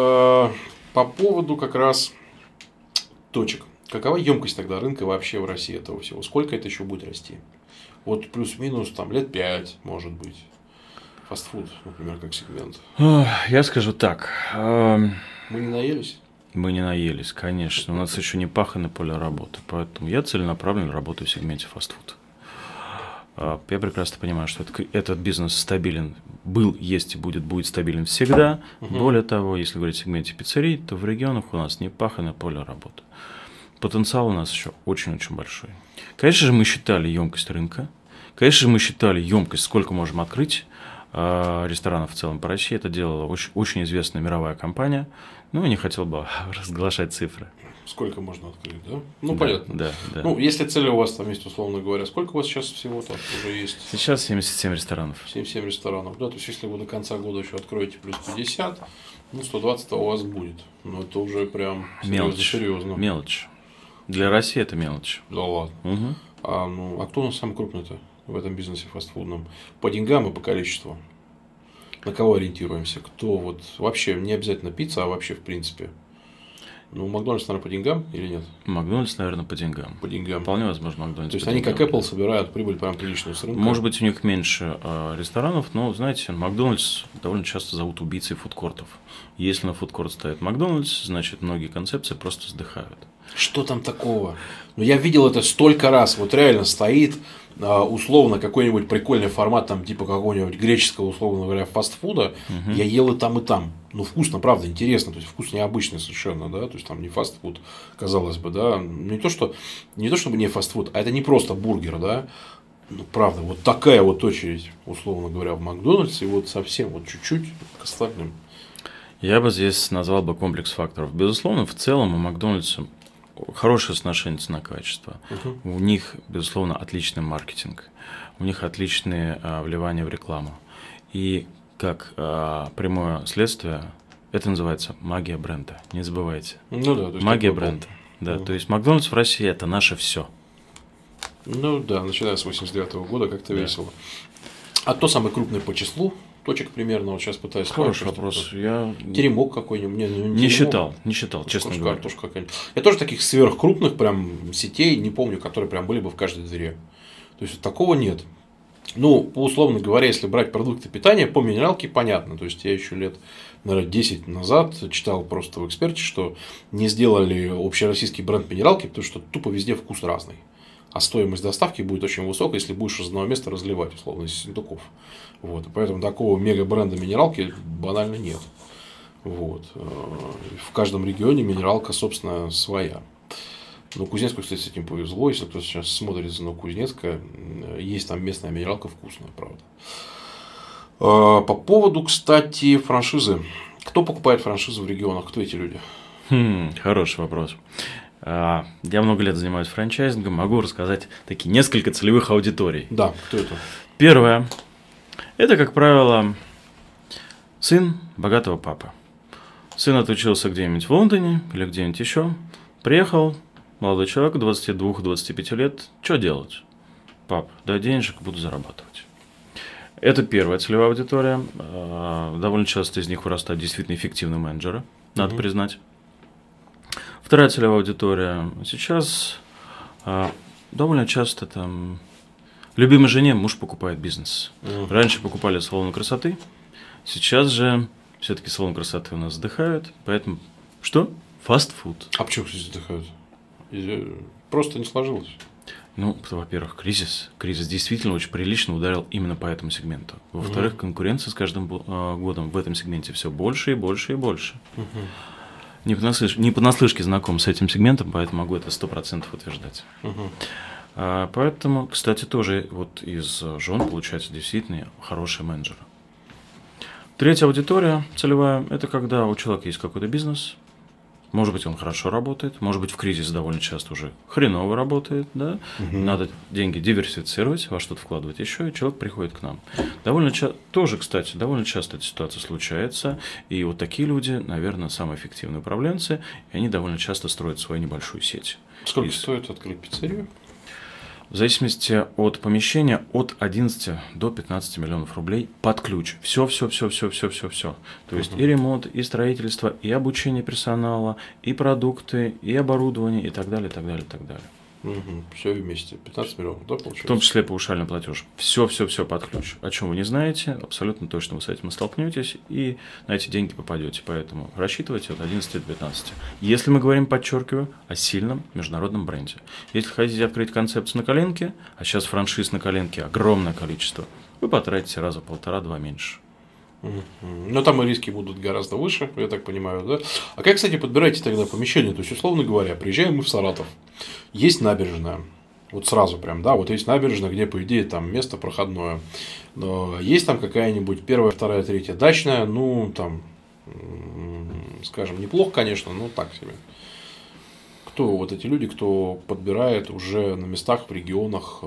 По поводу как раз точек. Какова емкость тогда рынка вообще в России этого всего? Сколько это еще будет расти? Вот плюс-минус там лет пять, может быть. Фастфуд, например, как сегмент. Я скажу так. Мы не наелись? Мы не наелись, конечно. У нас еще не пахано поле работы. Поэтому я целенаправленно работаю в сегменте фастфуд. Я прекрасно понимаю, что это, этот бизнес стабилен, был, есть и будет, будет стабилен всегда. Угу. Более того, если говорить о сегменте пиццерий, то в регионах у нас не пахано поле работы. Потенциал у нас еще очень-очень большой. Конечно же, мы считали емкость рынка. Конечно же, мы считали емкость, сколько можем открыть э, ресторанов в целом по России. Это делала очень, очень известная мировая компания. Ну, я не хотел бы разглашать цифры. Сколько можно открыть, да? Ну, да, понятно. Да, да. Ну, если цели у вас там есть, условно говоря, сколько у вас сейчас всего-то уже есть? Сейчас семьдесят семь ресторанов. семьдесят семь ресторанов, да? То есть, если вы до конца года еще откроете плюс пятьдесят, ну, сто двадцать у вас будет. Ну, это уже прям серьезно. серьезно. Мелочь. Для России это мелочь. Да ладно. Угу. А, ну, а кто у нас самый крупный-то в этом бизнесе фастфудном? По деньгам и по количеству. На кого ориентируемся? Кто вот вообще, не обязательно пицца, а вообще в принципе? Ну, Макдональдс, наверное, по деньгам или нет? Макдональдс, наверное, по деньгам. По деньгам. Вполне возможно, Макдональдс. То есть, они, как Apple, собирают прибыль прям приличную с рынка. Может быть, у них меньше э, ресторанов, но, знаете, Макдональдс довольно часто зовут убийцей фудкортов. Если на фудкорт ставит Макдональдс, значит, многие концепции просто вздыхают. Что там такого? Ну, я видел это столько раз. Вот реально стоит условно какой-нибудь прикольный формат, там, типа какого-нибудь греческого, условно говоря, фастфуда. Угу. Я ел и там, и там. Ну, вкусно, правда, интересно. То есть, вкус необычный совершенно, да. То есть, там не фастфуд, казалось бы, да. Не то, что, не то, чтобы не фастфуд, а это не просто бургер, да. Ну, правда, вот такая вот очередь, условно говоря, в Макдональдсе, и вот совсем, вот чуть-чуть к остальным. Я бы здесь назвал бы комплекс факторов. Безусловно, в целом у Макдональдса хорошее соотношение цена-качество. Uh-huh. У них, безусловно, отличный маркетинг. У них отличные а, вливания в рекламу. И как а, прямое следствие, это называется магия бренда. Не забывайте. Ну да, то есть магия бренда. Да, uh-huh. То есть Макдональдс в России – это наше все. Ну да, начиная с восемьдесят девятого года как-то да. весело. А кто самый крупный по числу? Точек примерно, вот сейчас пытаюсь сказать. Хороший вопрос. Я... Теремок какой-нибудь. Не, не, не считал, не считал, честно говоря. Картошка какая-нибудь. Я тоже таких сверхкрупных прям сетей не помню, которые прям были бы в каждой дыре. То есть, вот такого нет. Ну, по условно говоря, если брать продукты питания, по минералке понятно. То есть, я еще лет, наверное, десять назад читал просто в эксперте, что не сделали общероссийский бренд минералки, потому что тупо везде вкус разный. А стоимость доставки будет очень высокая, если будешь из одного места разливать, условно, из сундуков. Вот. И поэтому такого мега-бренда минералки банально нет. Вот. В каждом регионе минералка, собственно, своя. Но Кузнецку, кстати, с этим повезло. Если кто-то сейчас смотрит за Новокузнецка, есть там местная минералка вкусная, правда. По поводу, кстати, франшизы. Кто покупает франшизу в регионах? Кто эти люди? Хм, хороший вопрос. Я много лет занимаюсь франчайзингом, могу рассказать такие несколько целевых аудиторий. Да, кто это? Первое. Это, как правило, сын богатого папы. Сын отучился где-нибудь в Лондоне или где-нибудь еще. Приехал молодой человек, двадцать два - двадцать пять лет. Что делать? пап, дай денежек, буду зарабатывать. Это первая целевая аудитория. Довольно часто из них вырастают действительно эффективные менеджеры, надо угу. признать. Вторая целевая аудитория. Сейчас довольно часто там любимой жене муж покупает бизнес. Угу. Раньше покупали салоны красоты, сейчас же все-таки салоны красоты у нас вздыхают, поэтому что? Фастфуд. А почему здесь вздыхают? Просто не сложилось. Ну, во-первых, кризис. Кризис действительно очень прилично ударил именно по этому сегменту. Во-вторых, угу. конкуренция с каждым годом в этом сегменте все больше и больше и больше. Угу. Не понаслышке, не понаслышке знаком с этим сегментом, поэтому могу это сто процентов утверждать. Угу. А, поэтому, кстати, тоже вот из жен получается действительно хорошие менеджеры. Третья аудитория целевая – это когда у человека есть какой-то бизнес. Может быть, он хорошо работает, может быть, в кризис довольно часто уже хреново работает, да? Угу. Надо деньги диверсифицировать, во что-то вкладывать еще, и человек приходит к нам. Довольно часто, тоже, кстати, довольно часто эта ситуация случается, и вот такие люди, наверное, самые эффективные управленцы, и они довольно часто строят свою небольшую сеть. Сколько и... стоит открыть пиццерию? В зависимости от помещения от одиннадцати до пятнадцати миллионов рублей под ключ. Все, все, все, все, все, все, все. То есть uh-huh. и ремонт, и строительство, и обучение персонала, и продукты, и оборудование, и так далее, и так далее, и так далее. Угу. Все вместе. пятнадцать миллионов, да, получается? В том числе паушальный платеж. Все, все, все под ключ. О чем вы не знаете, абсолютно точно вы с этим столкнетесь и на эти деньги попадете. Поэтому рассчитывайте от одиннадцати до пятнадцати. Если мы говорим, подчеркиваю, о сильном международном бренде. Если хотите открыть концепцию на коленке, а сейчас франшиз на коленке огромное количество, вы потратите раза полтора-два меньше. Но там и риски будут гораздо выше, я так понимаю, да? А как, кстати, подбираете тогда помещение? То есть, условно говоря, приезжаем мы в Саратов, есть набережная, вот сразу прям, да, вот есть набережная, где, по идее, там место проходное, но есть там какая-нибудь первая, вторая, третья дачная, ну, там, скажем, неплохо, конечно, но так себе. Кто вот эти люди, кто подбирает уже на местах, в регионах?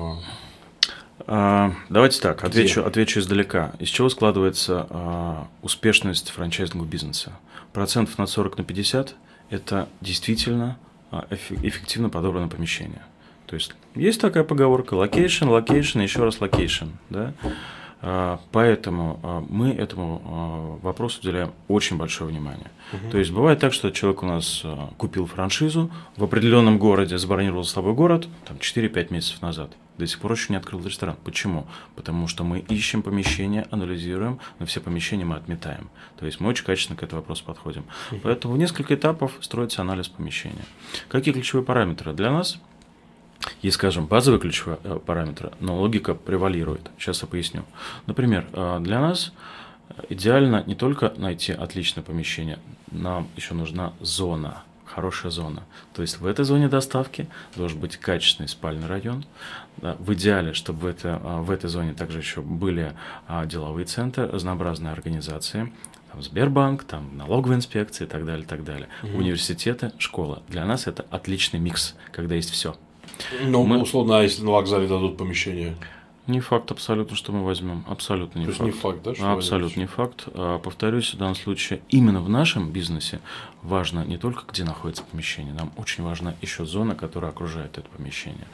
Давайте так, отвечу, отвечу издалека. Из чего складывается а, успешность франчайзингового бизнеса? Процентов на сорок, на пятьдесят – это действительно а, эффективно подобранное помещение. То есть, есть такая поговорка «локейшн, локейшн, еще раз локейшн». Да? А, поэтому а, мы этому а, вопросу уделяем очень большое внимание. Угу. То есть, бывает так, что человек у нас а, купил франшизу в определенном городе, забронировал с собой город там, четыре-пять месяцев назад. До сих пор еще не открыл ресторан. Почему? Потому что мы ищем помещения, анализируем, но все помещения мы отметаем. То есть мы очень качественно к этому вопросу подходим. Uh-huh. Поэтому в несколько этапов строится анализ помещения. Какие ключевые параметры? Для нас есть, скажем, базовые ключевые параметры, но логика превалирует. Сейчас я поясню. Например, для нас идеально не только найти отличное помещение, нам еще нужна зона. Хорошая зона. То есть в этой зоне доставки должен быть качественный спальный район. В идеале, чтобы в, это, в этой зоне также еще были деловые центры, разнообразные организации, там Сбербанк, там налоговая инспекция и так далее, и так далее. Угу. Университеты, школа. Для нас это отличный микс, когда есть все. Ну, Мы... условно, а если на вокзале дадут помещение? Не факт абсолютно, что мы возьмем. Абсолютно не То факт. То есть не факт, да? Что абсолютно не факт. Повторюсь, в данном случае именно в нашем бизнесе важно не только, где находится помещение, нам очень важна еще зона, которая окружает это помещение.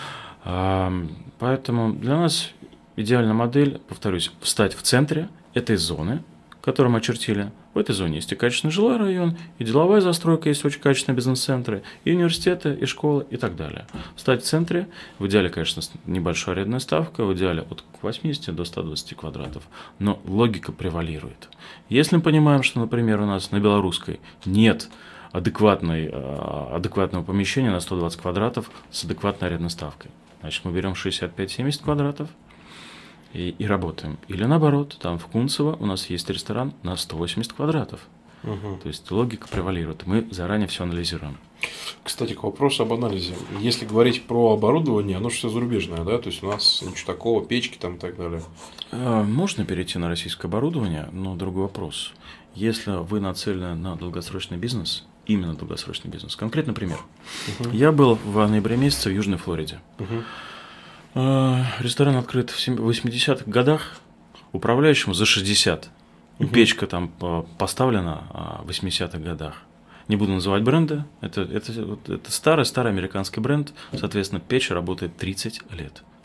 Поэтому для нас идеальная модель, повторюсь, встать в центре этой зоны, которую мы очертили. В этой зоне есть и качественный жилой район, и деловая застройка, есть очень качественные бизнес-центры, и университеты, и школы, и так далее. Встать в центре, в идеале, конечно, небольшая арендная ставка, в идеале от восьмидесяти до ста двадцати квадратов, но логика превалирует. Если мы понимаем, что, например, у нас на Белорусской нет адекватной, адекватного помещения на сто двадцать квадратов с адекватной арендной ставкой, значит, мы берем шестьдесят пять - семьдесят квадратов, И, и работаем. Или наоборот, там в Кунцево у нас есть ресторан на сто восемьдесят квадратов. Угу. То есть логика превалирует. Мы заранее все анализируем. Кстати, к вопросу об анализе. Если говорить про оборудование, оно же все зарубежное, да? То есть у нас ничего такого, печки там и так далее. Можно перейти на российское оборудование, но другой вопрос. Если вы нацелены на долгосрочный бизнес, именно долгосрочный бизнес, конкретный пример. Угу. Я был в ноябре месяце в Южной Флориде. Угу. Ресторан открыт в восьмидесятых годах, управляющему за шестьдесят. Угу. Печка там поставлена в восьмидесятых годах. Не буду называть бренды. Это, это, это старый-старый американский бренд. Соответственно, печь работает тридцать лет.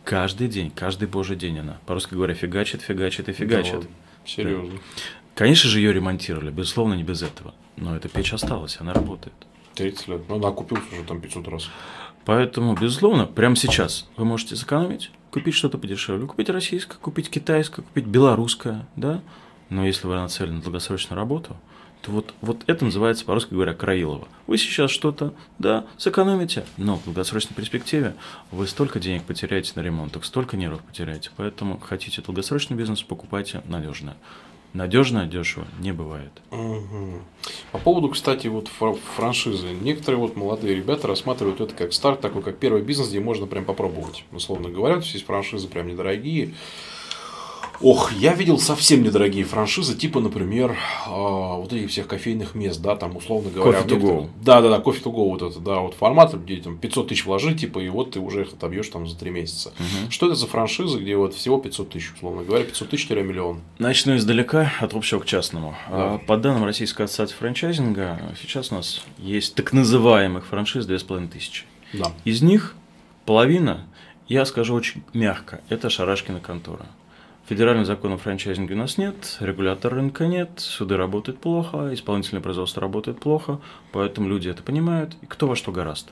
Каждый день, каждый божий день она, по-русски говоря, фигачит, фигачит и фигачит. Да, серьезно. Да. Конечно же, ее ремонтировали, безусловно, не без этого. Но эта печь осталась, она работает. тридцать лет. Ну, она окупилась уже там пятьсот раз. Поэтому, безусловно, прямо сейчас вы можете сэкономить, купить что-то подешевле, купить российское, купить китайское, купить белорусское, да? Но если вы нацелены на долгосрочную работу, то вот, вот это называется, по-русски говоря, Краилово. Вы сейчас что-то, да, сэкономите, но в долгосрочной перспективе вы столько денег потеряете на ремонт, так столько нервов потеряете. Поэтому хотите долгосрочный бизнес, покупайте надежное. Надежно, дешево не бывает. Угу. По поводу, кстати, вот франшизы. Некоторые вот молодые ребята рассматривают это как старт, такой как первый бизнес, где можно прям попробовать. Условно говоря, то есть есть франшизы прям недорогие. Ох, я видел совсем недорогие франшизы, типа, например, вот этих всех кофейных мест, да, там, условно говоря. Coffee to go. Да, да, да, кофе to go, вот это, да, вот формат, где там пятьсот тысяч вложи, типа, и вот ты уже их отобьешь там за три месяца. Угу. Что это за франшизы, где вот всего пятьсот тысяч, условно говоря, пятьсот тысяч-миллион? Начну издалека, от общего к частному. Да. По данным Российской ассоциации франчайзинга, сейчас у нас есть так называемых франшиз две с половиной тысячи. Да. Из них половина, я скажу очень мягко, это шарашкина контора. Федерального закона о франчайзинге у нас нет, регулятора рынка нет, суды работают плохо, исполнительное производство работает плохо, поэтому люди это понимают, и кто во что гораст.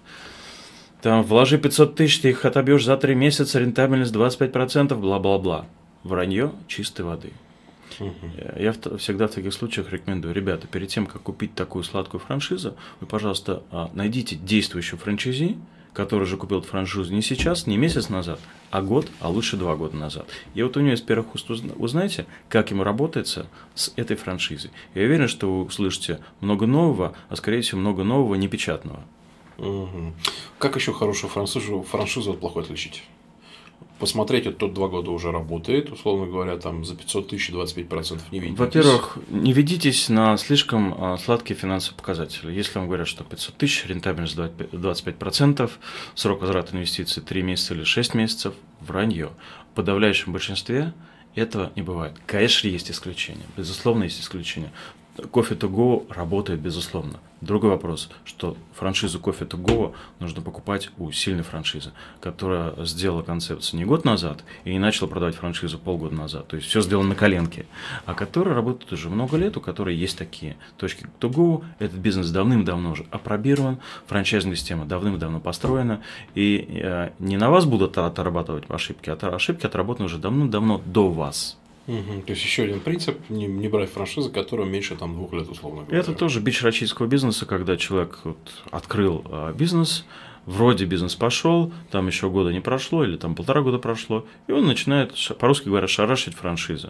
Там вложи пятьсот тысяч, ты их отобьешь за три месяца, рентабельность двадцать пять процентов, бла-бла-бла. Вранье чистой воды. Угу. Я всегда в таких случаях рекомендую, ребята, перед тем, как купить такую сладкую франшизу, вы, пожалуйста, найдите действующую франчайзи, который же купил эту франшизу не сейчас, не месяц назад, а год, а лучше два года назад. И вот у него из первых уст узнаете, как ему работается с этой франшизой. Я уверен, что вы услышите много нового, а скорее всего много нового непечатного. Угу. Как еще хорошую франшизу, франшизу от плохой отличить? Посмотреть, вот тот два года уже работает, условно говоря, там за пятьсот тысяч двадцать пять процентов не ведитесь. Во-первых, не ведитесь на слишком а, сладкие финансовые показатели. Если вам говорят, что пятьсот тысяч, рентабельность двадцать пять процентов, срок возврата инвестиций три месяца или шесть месяцев, вранье. В подавляющем большинстве этого не бывает. Конечно, есть исключения. Безусловно, есть исключения. Coffee to go работает, безусловно. Другой вопрос, что франшизу Coffee to go нужно покупать у сильной франшизы, которая сделала концепцию не год назад и не начала продавать франшизу полгода назад. То есть все сделано на коленке. А которая работает уже много лет, у которой есть такие точки to go. Этот бизнес давным-давно уже опробирован, франчайзинговая система давным-давно построена. И э, не на вас будут отрабатывать ошибки, а ошибки отработаны уже давным-давно до вас. Угу. То есть еще один принцип не, не брать франшизы, которым меньше там двух лет, условно говоря. Это тоже бич российского бизнеса, когда человек вот открыл а, бизнес, вроде бизнес пошел, там еще года не прошло, или там полтора года прошло, и он начинает, по-русски говоря, шарашить франшизы.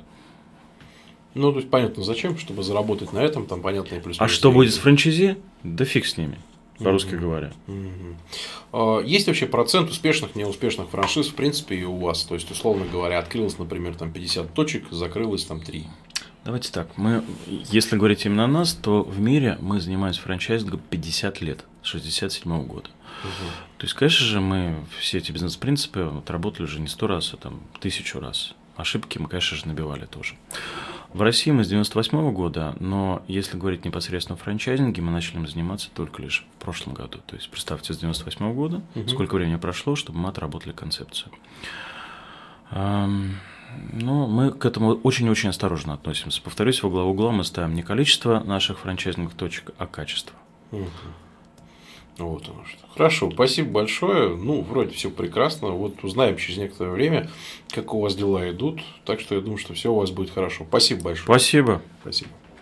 Ну, то есть понятно, зачем, чтобы заработать на этом, там понятно и плюс. А что будет с франчайзи? Да фиг с ними. По-русски mm-hmm. говоря. Mm-hmm. Есть вообще процент успешных, неуспешных франшиз, в принципе, и у вас? То есть, условно говоря, открылось, например, там пятьдесят точек, закрылось там три. Давайте так. Мы, если говорить именно о нас, то в мире мы занимаемся франчайзингом пятьдесят лет, с шестьдесят седьмого года. Uh-huh. То есть, конечно же, мы все эти бизнес-принципы отработали уже не сто раз, а там тысячу раз. Ошибки мы, конечно же, набивали тоже. В России мы с девяносто восьмого года, но если говорить непосредственно о франчайзинге, мы начали им заниматься только лишь в прошлом году. То есть, представьте, с девяносто восьмого года, угу. сколько времени прошло, чтобы мы отработали концепцию. Эм, ну, мы к этому очень-очень осторожно относимся. Повторюсь, во главу угла мы ставим не количество наших франчайзинговых точек, а качество. Угу. Вот оно что. Хорошо, спасибо большое. Ну, вроде все прекрасно. Вот узнаем через некоторое время, как у вас дела идут. Так что я думаю, что все у вас будет хорошо. Спасибо большое. Спасибо. Спасибо.